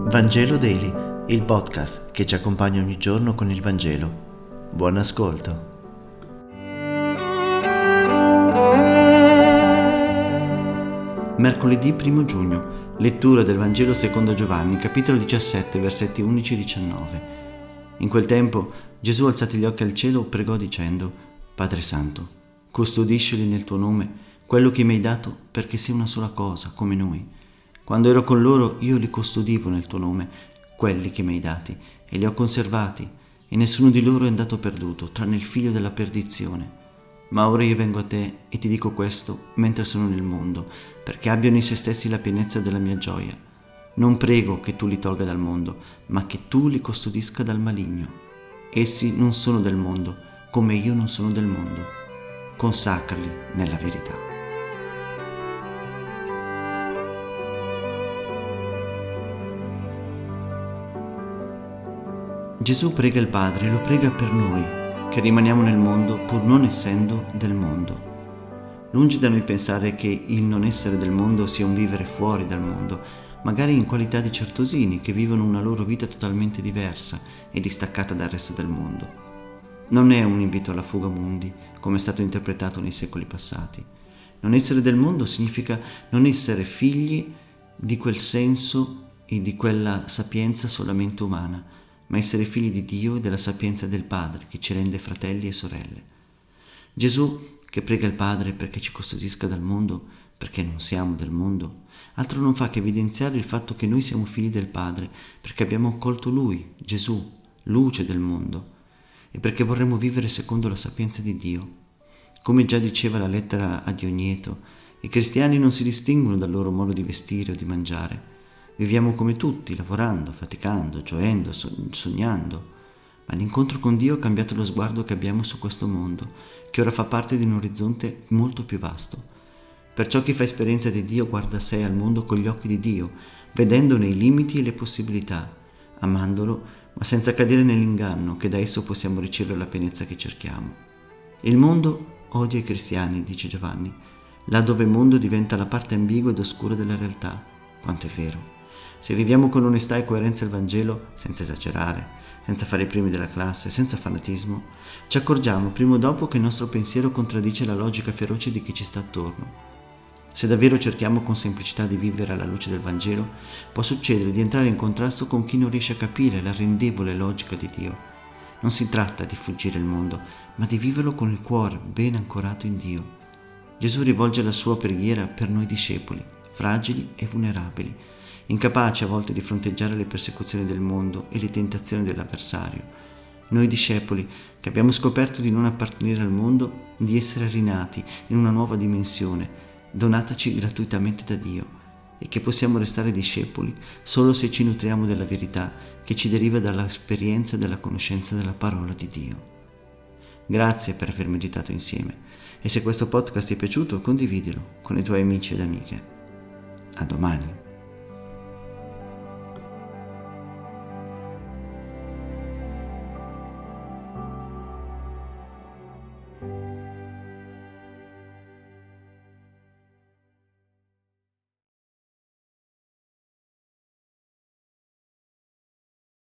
Vangelo Daily, il podcast che ci accompagna ogni giorno con il Vangelo. Buon ascolto. Mercoledì 1 giugno, lettura del Vangelo secondo Giovanni, capitolo 17, versetti 11 e 19. In quel tempo Gesù, alzati gli occhi al cielo, pregò dicendo: Padre Santo, custodiscili nel tuo nome quello che mi hai dato, perché sia una sola cosa, come noi. Quando ero con loro io li custodivo nel tuo nome, quelli che mi hai dati, e li ho conservati, e nessuno di loro è andato perduto, tranne il figlio della perdizione. Ma ora io vengo a te e ti dico questo mentre sono nel mondo, perché abbiano in se stessi la pienezza della mia gioia. Non prego che tu li tolga dal mondo, ma che tu li custodisca dal maligno. Essi non sono del mondo, come io non sono del mondo. Consacrali nella verità. Gesù prega il Padre e lo prega per noi, che rimaniamo nel mondo pur non essendo del mondo. Lungi da noi pensare che il non essere del mondo sia un vivere fuori dal mondo, magari in qualità di certosini che vivono una loro vita totalmente diversa e distaccata dal resto del mondo. Non è un invito alla fuga mundi, come è stato interpretato nei secoli passati. Non essere del mondo significa non essere figli di quel senso e di quella sapienza solamente umana, ma essere figli di Dio e della sapienza del Padre che ci rende fratelli e sorelle. Gesù, che prega il Padre perché ci custodisca dal mondo, perché non siamo del mondo, altro non fa che evidenziare il fatto che noi siamo figli del Padre, perché abbiamo accolto Lui, Gesù, luce del mondo, e perché vorremmo vivere secondo la sapienza di Dio. Come già diceva la lettera a Diogneto, i cristiani non si distinguono dal loro modo di vestire o di mangiare. Viviamo come tutti, lavorando, faticando, gioendo, sognando, ma l'incontro con Dio ha cambiato lo sguardo che abbiamo su questo mondo, che ora fa parte di un orizzonte molto più vasto. Perciò chi fa esperienza di Dio guarda a sé e al mondo con gli occhi di Dio, vedendone i limiti e le possibilità, amandolo, ma senza cadere nell'inganno che da esso possiamo ricevere la pienezza che cerchiamo. Il mondo odia i cristiani, dice Giovanni, là dove il mondo diventa la parte ambigua ed oscura della realtà. Quanto è vero! Se viviamo con onestà e coerenza il Vangelo, senza esagerare, senza fare i primi della classe, senza fanatismo, ci accorgiamo prima o dopo che il nostro pensiero contraddice la logica feroce di chi ci sta attorno. Se davvero cerchiamo con semplicità di vivere alla luce del Vangelo, può succedere di entrare in contrasto con chi non riesce a capire l'arrendevole logica di Dio. Non si tratta di fuggire il mondo, ma di viverlo con il cuore ben ancorato in Dio. Gesù rivolge la sua preghiera per noi discepoli, fragili e vulnerabili, incapaci a volte di fronteggiare le persecuzioni del mondo e le tentazioni dell'avversario. Noi discepoli, che abbiamo scoperto di non appartenere al mondo, di essere rinati in una nuova dimensione, donataci gratuitamente da Dio, e che possiamo restare discepoli solo se ci nutriamo della verità che ci deriva dall'esperienza e dalla conoscenza della parola di Dio. Grazie per aver meditato insieme, e se questo podcast ti è piaciuto, condividilo con i tuoi amici ed amiche. A domani.